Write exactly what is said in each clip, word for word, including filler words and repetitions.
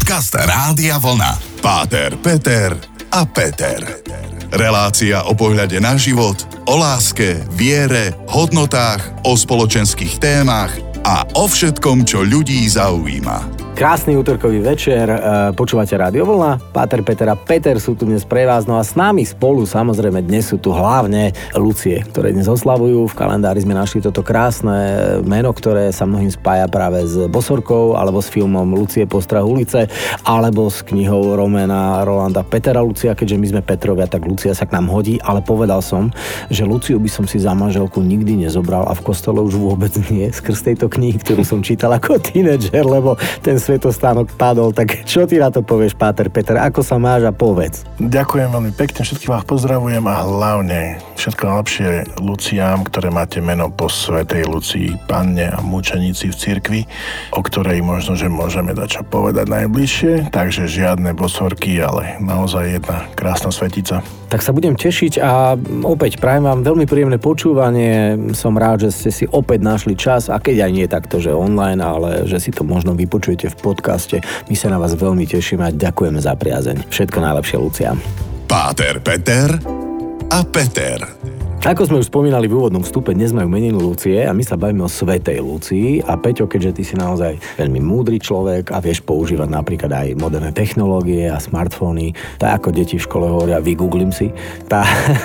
Podcast Rádia Vlna. Páter, Peter a Peter. Relácia o pohľade na život, o láske, viere, hodnotách, o spoločenských témach a o všetkom, čo ľudí zaujíma. Krásny útorkový večer, počúvate Rádio Vlna, Páter, Peter a Peter sú tu dnes pre vás, no a s nami spolu, samozrejme dnes sú tu hlavne Lucie, ktoré dnes oslavujú. V kalendári sme našli toto krásne meno, ktoré sa mnohým spája práve s Bosorkou, alebo s filmom Lucie postrah ulice, alebo s knihou Romana Rolanda Petera Lucia. Keďže my sme Petrovia, tak Lucia sa k nám hodí, ale povedal som, že Luciu by som si za manželku nikdy nezobral a v kostole už vôbec nie, skrz tejto knihy, ktorú som čítal ako tínedžer, lebo ten svetostánok padol. Tak čo ty na to povieš, Páter, Peter? Ako sa máš a povedz? Ďakujem veľmi pekne, všetkých vás pozdravujem a hlavne všetko najlepšie Luciám, ktoré máte meno po svätej Lucii, panne a mučeníci v cirkvi, o ktorej možno, že môžeme dať čo povedať najbližšie, takže žiadne bosorky, ale naozaj jedna krásna svetica. Tak sa budem tešiť a opäť prajem vám veľmi príjemné počúvanie. Som rád, že ste si opäť našli čas a keď aj nie takto, že online, ale že si to možno vypočujete v podcaste. My sa na vás veľmi tešíme a ďakujeme za priazeň. Všetko najlepšie, Lucia. Páter, Peter a Peter. Ako sme už spomínali v úvodnom vstupe, dnes majú meninu Lucie a my sa bavíme o svätej Lucii. A Peťo, keďže ty si naozaj veľmi múdry človek a vieš používať napríklad aj moderné technológie a smartfóny, tak ako deti v škole hovoria, vygooglím si, tá...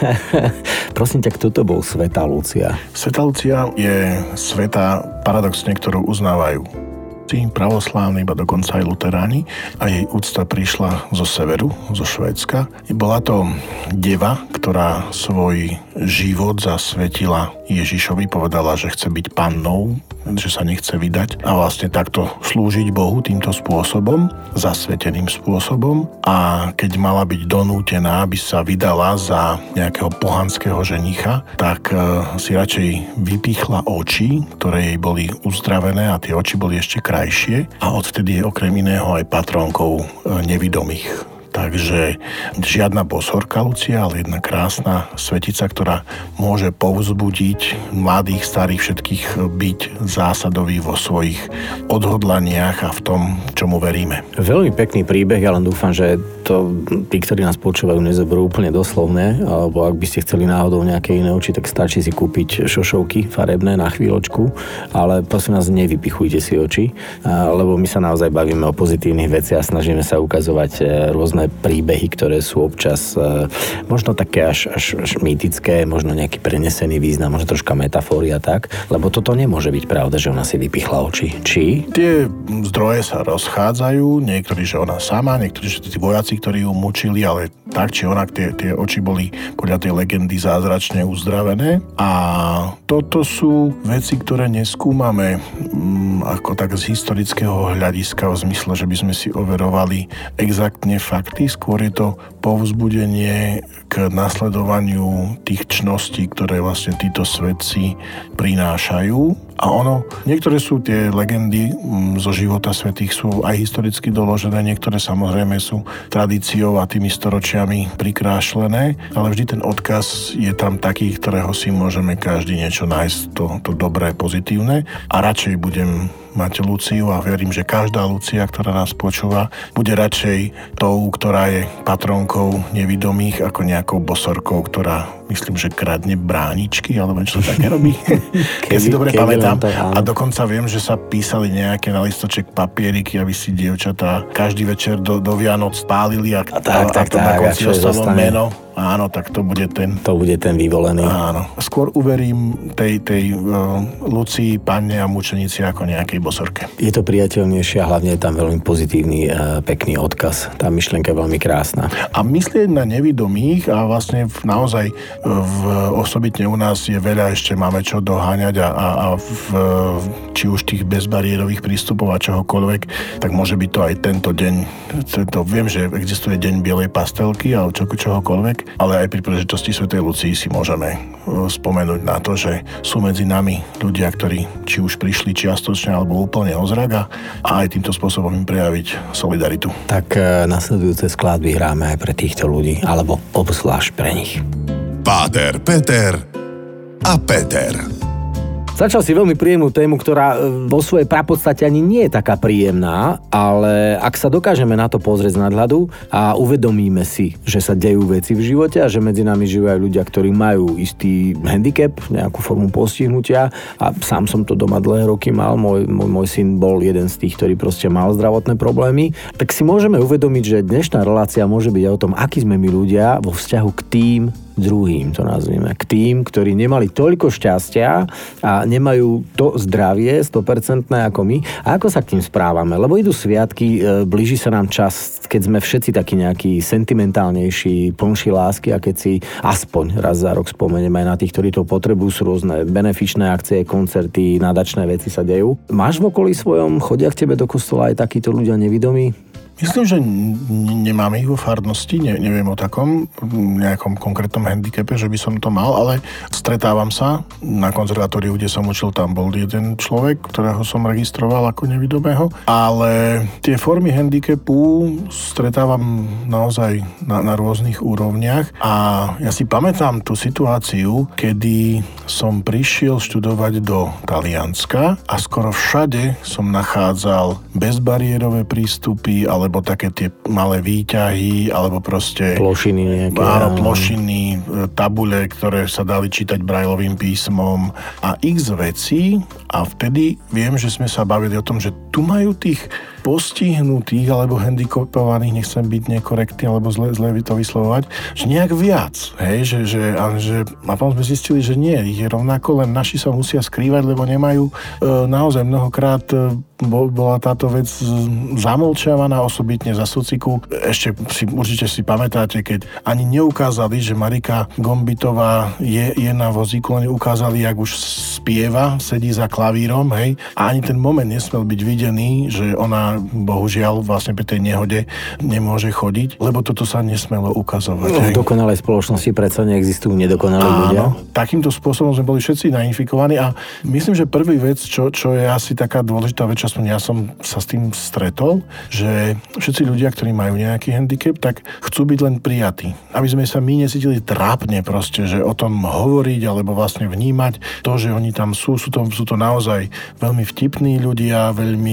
Prosím ťa, kto to bol svätá Lucia? Svätá Lucia je sveta paradoxne, ktorú uznávajú pravoslávni, iba dokonca aj luteráni, a jej úcta prišla zo severu, zo Švédska. Bola to deva, ktorá svoj život zasvetila Ježišovi, povedala, že chce byť pannou, že sa nechce vydať a vlastne takto slúžiť Bohu týmto spôsobom, zasveteným spôsobom, a keď mala byť donútená, aby sa vydala za nejakého pohanského ženicha, tak si radšej vypichla oči, ktoré jej boli uzdravené a tie oči boli ešte krajšie, a odvtedy je okrem iného aj patrónkou nevidomých. Takže žiadna bosorka Lucia, ale jedna krásna svetica, ktorá môže povzbudiť mladých, starých, všetkých byť zásadový vo svojich odhodlaniach a v tom, čomu veríme. Veľmi pekný príbeh, ja len dúfam, že to tí, ktorí nás počúvajú, nezoberú úplne doslovne, alebo ak by ste chceli náhodou nejaké iné oči, tak stačí si kúpiť šošovky farebné na chvíľočku, ale prosím vás, nevypichujte si oči, lebo my sa naozaj bavíme o pozitívnych veciach a snažíme sa ukazovať rôzne príbehy, ktoré sú občas e, možno také až, až, až mýtické, možno nejaký prenesený význam, možno troška metafória, tak, lebo toto nemôže byť pravda, že ona si vypichla oči. Či? Tie zdroje sa rozchádzajú, niektorí, že ona sama, niektorí, že tí vojaci, ktorí ju mučili, ale tak či onak tie, tie oči boli podľa tej legendy zázračne uzdravené, a toto sú veci, ktoré neskúmame mm, ako tak z historického hľadiska, v zmysle, že by sme si overovali exaktne fakt. Skôr je to povzbudenie k nasledovaniu tých čností, ktoré vlastne títo svetci prinášajú. A ono, niektoré sú tie legendy zo života svätých sú aj historicky doložené, niektoré samozrejme sú tradíciou a tými storočiami prikrášlené, ale vždy ten odkaz je tam taký, ktorého si môžeme každý niečo nájsť, to, to dobré, pozitívne, a radšej budem mať Luciu a verím, že každá Lucia, ktorá nás počúva, bude radšej tou, ktorá je patrónkou nevidomých, ako nejakou bosorkou, ktorá, myslím, že kradne bráničky, alebo čo také robí. Keď si dobre pamätám. To, a dokonca viem, že sa písali nejaké na listoček papieriky, aby si dievčatá každý večer do, do Vianoc spálili a, a, tak, a, tak, a to tak, na konci ostalo meno. Áno, tak to bude ten... To bude ten vyvolený. Áno. Skôr uverím tej, tej uh, Lucii, panne a mučenici ako nejakej bosorke. Je to priateľnejšie a hlavne je tam veľmi pozitívny, uh, pekný odkaz. Tá myšlienka je veľmi krásna. A myslieť na nevidomých a vlastne v, naozaj v, osobitne u nás je veľa, ešte máme čo doháňať a, a, a v, či už tých bezbariérových prístupov a čohokoľvek, tak môže byť to aj tento deň. Tento, viem, že existuje deň bielej pastelky a čo, čohokoľvek, ale aj pri príležitosti svätej Lucii si môžeme spomenúť na to, že sú medzi nami ľudia, ktorí či už prišli čiastočne alebo úplne o zrak, a aj týmto spôsobom im prejaviť solidaritu. Tak nasledujúce skladby hráme aj pre týchto ľudí, alebo obzvlášť pre nich. Páter, Peter a Peter. Začal si veľmi príjemnú tému, ktorá vo svojej prapodstate ani nie je taká príjemná, ale ak sa dokážeme na to pozrieť z nadhľadu a uvedomíme si, že sa dejú veci v živote a že medzi nami žijú aj ľudia, ktorí majú istý handicap, nejakú formu postihnutia, a sám som to doma dlhé roky mal, môj, môj, môj syn bol jeden z tých, ktorý proste mal zdravotné problémy, tak si môžeme uvedomiť, že dnešná relácia môže byť o tom, akí sme my ľudia vo vzťahu k tým druhým, to nazvime, k tým, ktorí nemali toľko šťastia a nemajú to zdravie sto percent ako my. A ako sa k tým správame? Lebo idú sviatky, blíži sa nám čas, keď sme všetci takí nejakí sentimentálnejší, plnší lásky, a keď si aspoň raz za rok spomenieme aj na tých, ktorí to potrebujú, sú rôzne benefičné akcie, koncerty, nadačné veci sa dejú. Máš v okolí svojom, chodia k tebe do kostola aj takíto ľudia nevidomí? Myslím, že n- nemáme ich vo farnosti, ne- neviem o takom nejakom konkrétnom handicape, že by som to mal, ale stretávam sa na konzervatóriu, kde som učil, tam bol jeden človek, ktorého som registroval ako nevidomého, ale tie formy handicapu stretávam naozaj na, na rôznych úrovniach a ja si pamätám tú situáciu, kedy som prišiel študovať do Talianska a skoro všade som nachádzal bezbariérové prístupy, ale alebo také tie malé výťahy, alebo proste plošiny nejaké. Áno, plošiny, tabule, ktoré sa dali čítať brajlovým písmom a x vecí. A vtedy viem, že sme sa bavili o tom, že tu majú tých postihnutých alebo handicapovaných, nechcem byť nekorektný alebo zle, zle to vyslovovať, že nejak viac. Hej, že, že, a, že, a potom sme zistili, že nie, ich je rovnako, len naši sa musia skrývať, lebo nemajú e, naozaj mnohokrát e, bola táto vec zamlčávaná, osobitne za sociku. Ešte si, určite si pamätáte, keď ani neukázali, že Marika Gombitová je, je na vozíku, len ukázali, jak už spieva, sedí za klavírom, hej, a ani ten moment nesmel byť videný, že ona bohužiaľ vlastne pri tej nehode nemôže chodiť, lebo toto sa nesmelo ukazovať. No, v dokonalej spoločnosti predsa neexistujú nedokonalí ľudia. Takýmto spôsobom sme boli všetci nainfikovaní a myslím, že prvý vec, čo, čo je asi taká dôležitá vec, aspoň ja som sa s tým stretol, že všetci ľudia, ktorí majú nejaký handicap, tak chcú byť len prijatí. Aby sme sa my necítili trápne proste, že o tom hovoriť alebo vlastne vnímať to, že oni tam sú, sú to, sú to naozaj veľmi vtipní ľudia, veľmi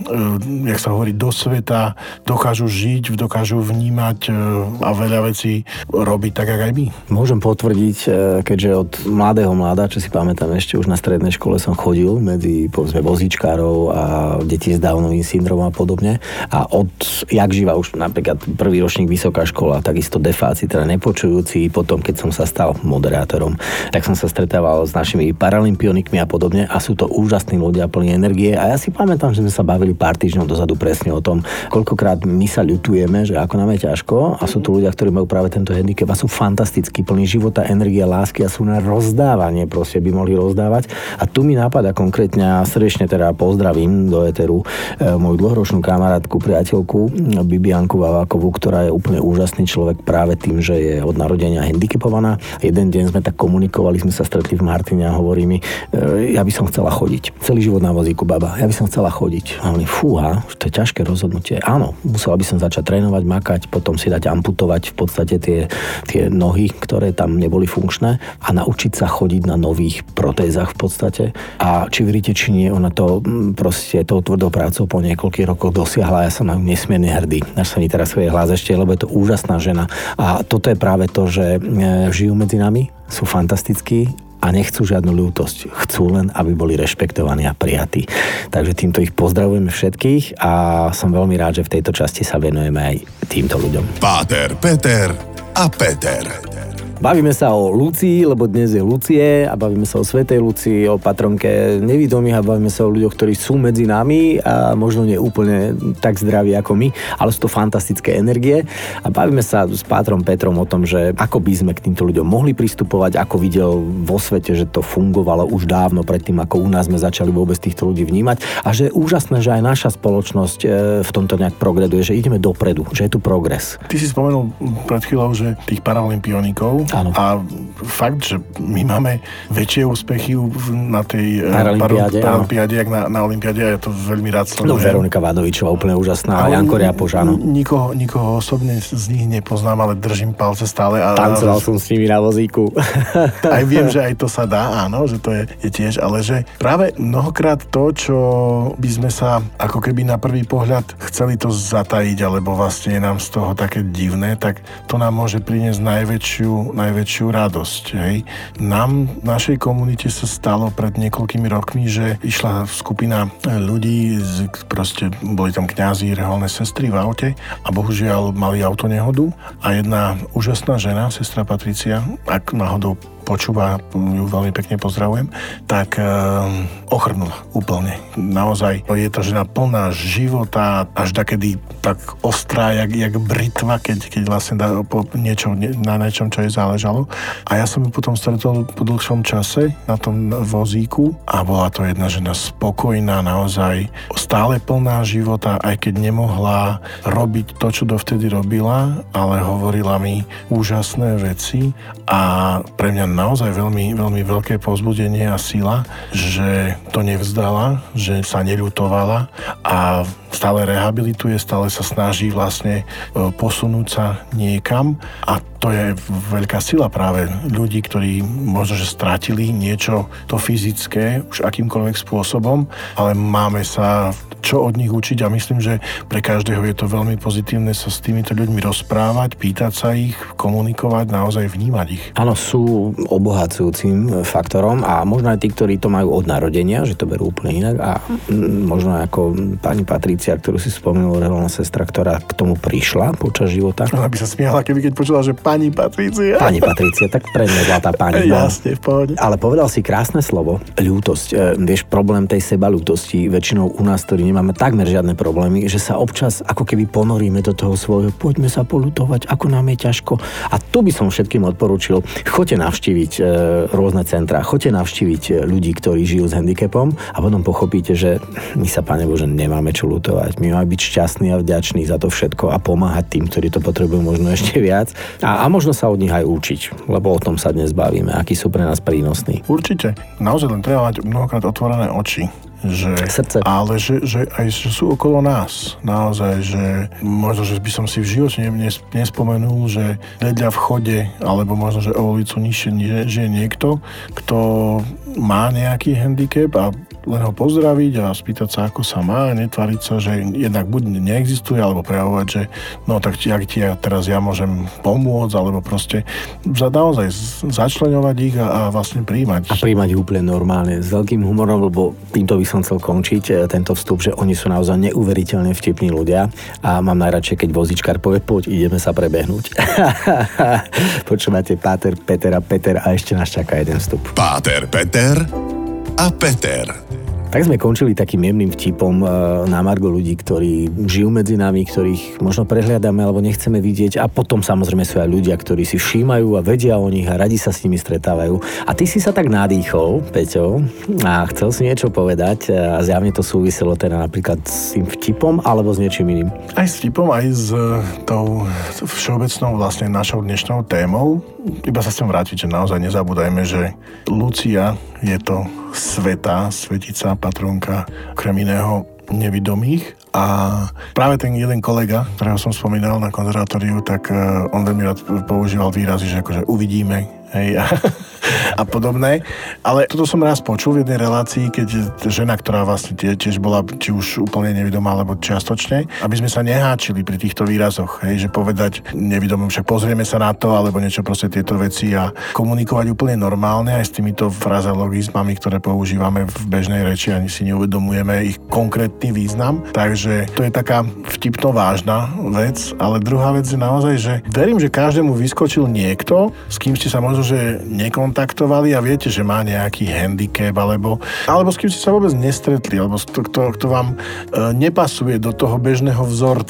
jak sa hovorí, do sveta, dokážu žiť, dokážu vnímať a veľa vecí robiť tak, ako aj my. Môžem potvrdiť, keďže od mladého mláda, čo si pamätám, ešte už na strednej škole som chodil medzi, povedzme, vozíčkárov a deti s Downovým syndromom a podobne. A od jak živa už napríklad prvý ročník vysoká škola, takisto defáci, teda nepočujúci, potom keď som sa stal moderátorom, tak som sa stretával s našimi paralympionikmi a podobne a sú to úžasní ľudia plní energie a ja si pamätám, že sme sa bavili pár týždňov dozadu presne o tom, koľkokrát my sa ľutujeme, že ako nám je ťažko a sú tu ľudia, ktorí majú práve tento handicap a sú fantastickí, plní života, energie, lásky a sú na rozdávanie, proste by mohli rozdávať. A tu mi napadá konkrétne, srdečne teda pozdravím do éteru e, moju dlhoročnú kamarátku, priateľku Bibianku Vavákovú, ktorá je úplne úžasný človek práve tým, že je od narodenia handicapovaná. Jeden deň sme tak komunikovali, sme sa stretli v Martine a hovorí mi, e, ja by som chcela chodiť. Celý život na vozíku, baba. Ja by som chcela chodiť. A hovorím, fúha, to je ťažké rozhodnutie. Áno, musela by som začať trénovať, makať, potom si dať amputovať v podstate tie, tie nohy, ktoré tam neboli funkčné a naučiť sa chodiť na nových protézach v podstate. A či veríte, či nie, ona to proste tou tvrdou prácou po niekoľkých rokoch dosiahla. Ja som na ňu nesmierne hrdý. Až sa mi teraz svoje hlas ešte, lebo je to úžasná žena. A toto je práve to, že žijú medzi nami, sú fantastickí a nechcú žiadnu ľútosť. Chcú len, aby boli rešpektovaní a prijatí. Takže týmto ich pozdravujeme všetkých a som veľmi rád, že v tejto časti sa venujeme aj týmto ľuďom. Páter, Peter a Peter. Bavíme sa o Lucii, lebo dnes je Lucie a bavíme sa o svätej Lucii, o patronke nevidomých a bavíme sa o ľuďoch, ktorí sú medzi nami a možno nie úplne tak zdraví ako my, ale sú to fantastické energie a bavíme sa s pátrom Petrom o tom, že ako by sme k týmto ľuďom mohli pristupovať, ako videl vo svete, že to fungovalo už dávno predtým, ako u nás sme začali vôbec týchto ľudí vnímať a že je úžasné, že aj naša spoločnosť v tomto nejak progreduje, že ideme dopredu, že je tu progres. Ty si spomenul pred chvíľou, že tých paralympionikov Áno. A fakt, že my máme väčšie úspechy na tej Paralympiáde, Paralympiáde, jak na, na Olympiáde, a ja to veľmi rád sledujem. No, Veronika Vádovičová, úplne úžasná, a Janko Riapoš, áno. Nikoho, nikoho osobne z nich nepoznám, ale držím palce stále. A, Tancoval som s nimi na vozíku. Aj viem, že aj to sa dá, áno, že to je, je tiež, ale že práve mnohokrát to, čo by sme sa ako keby na prvý pohľad chceli to zatajiť, alebo vlastne je nám z toho také divné, tak to nám môže priniesť najväčšiu, najväčšiu radosť. Hej. Nám, našej komunite sa stalo pred niekoľkými rokmi, že išla skupina ľudí, proste boli tam kňazi, reholné sestry v aute a bohužiaľ mali autonehodu a jedna úžasná žena, sestra Patricia, ak náhodou počúva, ju veľmi pekne pozdravujem, tak e, ochrnula úplne. Naozaj je to žena plná života, až takedy tak ostrá, jak, jak britva, keď, keď vlastne dá po niečo, na niečom, čo jej záležalo. A ja som ju potom stretol po dlhšom čase na tom vozíku a bola to jedna žena spokojná, naozaj stále plná života, aj keď nemohla robiť to, čo dovtedy robila, ale hovorila mi úžasné veci a pre mňa naozaj veľmi, veľmi veľké povzbudenie a sila, že to nevzdala, že sa neľutovala a stále rehabilituje, stále sa snaží vlastne posunúť sa niekam a to je veľká sila práve ľudí, ktorí možno, že stratili niečo to fyzické už akýmkoľvek spôsobom, ale máme sa čo od nich učiť a myslím, že pre každého je to veľmi pozitívne sa s týmito ľuďmi rozprávať, pýtať sa ich, komunikovať, naozaj vnímať ich. Áno, sú obohacujúcim faktorom a možno aj tí, ktorí to majú od narodenia, že to berú úplne inak a možno ako pani Patrícia, ktorú si spomenul, reholná sestra, ktorá k tomu prišla počas života. Ona by sa smiala, keby keď počula, že pani Patrícia. Pani Patrícia, tak pre mňa zlatá pani. Jasne, v pohode. Ale povedal si krásne slovo, ľútosť. E, vieš, problém tej sebaľútosti, väčšinou u nás, ktorí nemáme takmer žiadne problémy, že sa občas ako keby ponoríme do toho svojho, poďme sa poľutovať, ako nám je ťažko. A tu by som všetkým odporúčil, choďte navštíviť e, rôzne centrá, choďte navštíviť ľudí, ktorí žijú s handicapom a potom pochopíte, že my sa, Pane Bože, nemáme čo ľutovať. My máme byť šťastní a vďační za to všetko a pomáhať tým, ktorí to potrebujú možno ešte viac. A, a možno sa od nich aj učiť, lebo o tom sa dnes bavíme, akí sú pre nás prínosní. Určite. Naozaj len treba mať mnohokrát otvorené oči. Že, Srdce. Ale že, že aj že sú okolo nás. Naozaj, že možno, že by som si v živote nespomenul, že vedľa v chode, alebo možno, že o ulicu nižšie žije niekto, kto má nejaký handicap a len ho pozdraviť a spýtať sa, ako sa má, netváriť sa, že jednak buď neexistuje, alebo prejavovať, že no tak jak ti ja teraz ja môžem pomôcť, alebo proste za, naozaj začleňovať ich a, a vlastne príjmať. A príjmať ich úplne normálne, s veľkým humorom, lebo týmto by som chcel končiť tento vstup, že oni sú naozaj neuveriteľne vtipní ľudia a mám najradšej, keď vozičkár povie, poď, ideme sa prebehnúť. Počúvate Páter, Peter a Peter a ešte nás čaká jeden vstup. Páter, Peter a Peter. Tak sme končili takým jemným vtipom na margo ľudí, ktorí žijú medzi nami, ktorých možno prehliadame alebo nechceme vidieť a potom samozrejme sú aj ľudia, ktorí si všímajú a vedia o nich a radi sa s nimi stretávajú. A ty si sa tak nadýchol, Peťo, a chcel si niečo povedať a zjavne to súviselo teda napríklad s tým vtipom alebo s niečím iným. Aj s vtipom, aj s tou všeobecnou vlastne našou dnešnou témou. Iba sa chcem vrátiť, že naozaj nezabúdajme, že Lucia je to svätá, svetica, patronka, okrem iného nevidomých. A práve ten jeden kolega, ktorého som spomínal na konzervatóriu, tak on veľmi rád používal výrazy, že akože uvidíme, hej, a, a podobné. Ale toto som raz počul v jednej relácii, keď žena, ktorá vlastne tiež bola či už úplne nevidomá, alebo čiastočne, aby sme sa neháčili pri týchto výrazoch, hej, že povedať nevidomým, však pozrieme sa na to, alebo niečo proste tieto veci a komunikovať úplne normálne aj s týmito frazeologizmami, ktoré používame v bežnej reči, ani si neuvedomujeme ich konkrétny význam. Takže to je taká vtipno vážna vec, ale druhá vec je naozaj, že verím, že každému vyskočil niekto, s kým ste sa možno, že nekontaktovali a viete, že má nejaký handicap, alebo, alebo s kým ste sa vôbec nestretli, alebo kto, kto, kto vám e, nepasuje do toho bežného vzorca.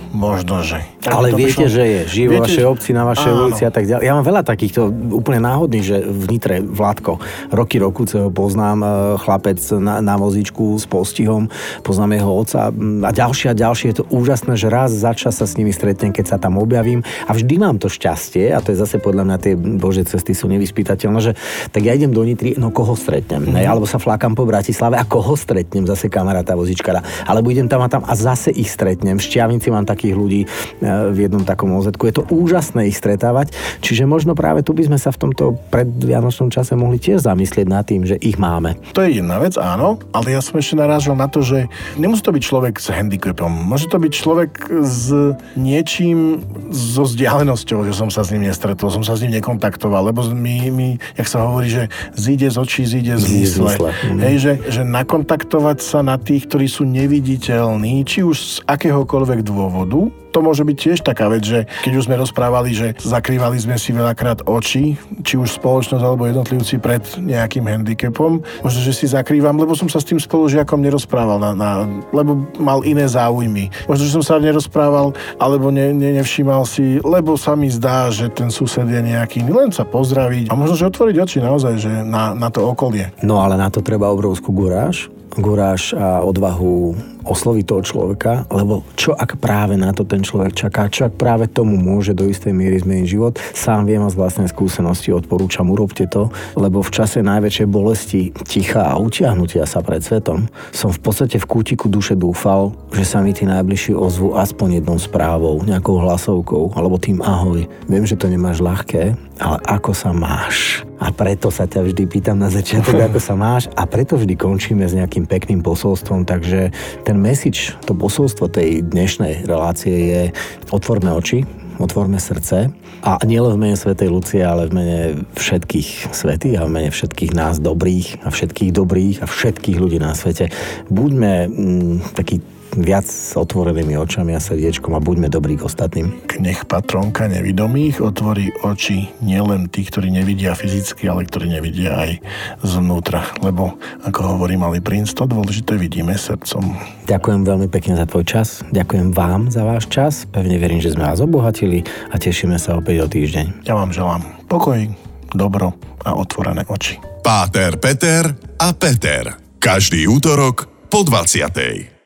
možno, že. Tak ale viete, som... že je. Žijú vo vašej obci, na vašej áno. ulici a tak ďalej. Ja mám veľa takýchto úplne náhodných, že v Nitre Vládko, roky Rokúceho poznám, chlapec na, na vozíčku s postihom, poznám jeho otca a ďalšie a ďalšie. Je to úžasné, že raz za čas sa s nimi stretnem, keď sa tam objavím a vždy mám to šťastie, a to je zase podľa mňa tie Božie cesty sú nevyspytateľné, že tak ja idem do Nitry, no koho stretnem? Mm. Alebo sa flákam po Bratislave a koho stretnem? Zase kamaráta vozíčkara. Alebo idem tam a tam a zase ich stretnem. V Šťavnici mám takých ľudí v jednom takom ozetku. Je to úžasné ich stretávať. Čiže možno práve tu by sme sa v tomto predvianočnom čase mohli tiež zamyslieť nad tým, že ich máme. To je jedna vec, áno, ale ja som ešte narážal na to, že nemusí to byť človek s handicapom. Môže to byť človek s niečím, so vzdialenosťou, že som sa s ním nestretol, som sa s ním nekontaktoval, lebo my, my jak sa hovorí, že zíde z očí, zíde z mysle. Mm. Hej, že, že nakontaktovať sa na tých, ktorí sú neviditeľní, či už z akéhokoľvek dôvodu. To môže byť tiež taká vec, že keď už sme rozprávali, že zakrývali sme si veľakrát oči, či už spoločnosť alebo jednotlivci pred nejakým handicapom, možno, že si zakrývam, lebo som sa s tým spolužiakom nerozprával, na, na, lebo mal iné záujmy. Možno, že som sa nerozprával, alebo ne, ne, nevšímal si, lebo sa mi zdá, že ten sused je nejaký, len sa pozdraviť a možno, že otvoriť oči naozaj, že na, na to okolie. No ale na to treba obrovskú guráž. Guráž a odvahu osloviť toho človeka, lebo čo ak práve na to ten človek čaká, čo ak práve tomu môže do istej miery zmeniť život. Sám viem a z vlastnej skúsenosti odporúčam, urobte to, lebo v čase najväčšej bolesti, ticha a utiahnutia sa pred svetom som v podstate v kútiku duše dúfal, že sa mi tí najbližší ozvú aspoň jednou správou, nejakou hlasovkou, alebo tým ahoj. Viem, že to nemáš ľahké, ale ako sa máš? A preto sa ťa vždy pýtam na začiatok, ako sa máš, a preto vždy končíme s nejakým pekným posolstvom, takže ten message, to posolstvo tej dnešnej relácie je: otvorme oči, otvorme srdce, a nielen v mene svätej Lucie, ale v mene všetkých svätých a v mene všetkých nás dobrých a všetkých dobrých a všetkých ľudí na svete. Buďme mm, takí viac s otvorenými očami a srdiečkom a buďme dobrí k ostatným. Nech patronka nevidomých otvorí oči nielen tých, ktorí nevidia fyzicky, ale ktorí nevidia aj zvnútra. Lebo, ako hovorí malý princ, to dôležité vidíme srdcom. Ďakujem veľmi pekne za tvoj čas. Ďakujem vám za váš čas. Pevne verím, že sme vás obohatili a tešíme sa opäť o týždeň. Ja vám želám pokoj, dobro a otvorené oči. Páter Peter a Peter. Každý útorok po dvadsiatej.